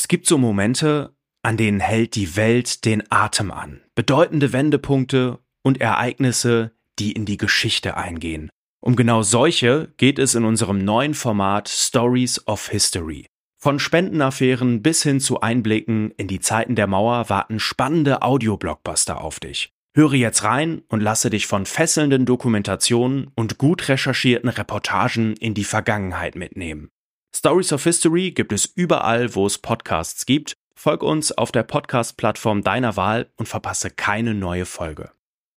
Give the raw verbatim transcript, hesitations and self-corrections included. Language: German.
gibt so Momente, an denen hält die Welt den Atem an. Bedeutende Wendepunkte und Ereignisse, die in die Geschichte eingehen. Um genau solche geht es in unserem neuen Format Stories of History. Von Spendenaffären bis hin zu Einblicken in die Zeiten der Mauer warten spannende Audio-Blockbuster auf dich. Höre jetzt rein und lasse dich von fesselnden Dokumentationen und gut recherchierten Reportagen in die Vergangenheit mitnehmen. Stories of History gibt es überall, wo es Podcasts gibt. Folg uns auf der Podcast-Plattform deiner Wahl und verpasse keine neue Folge.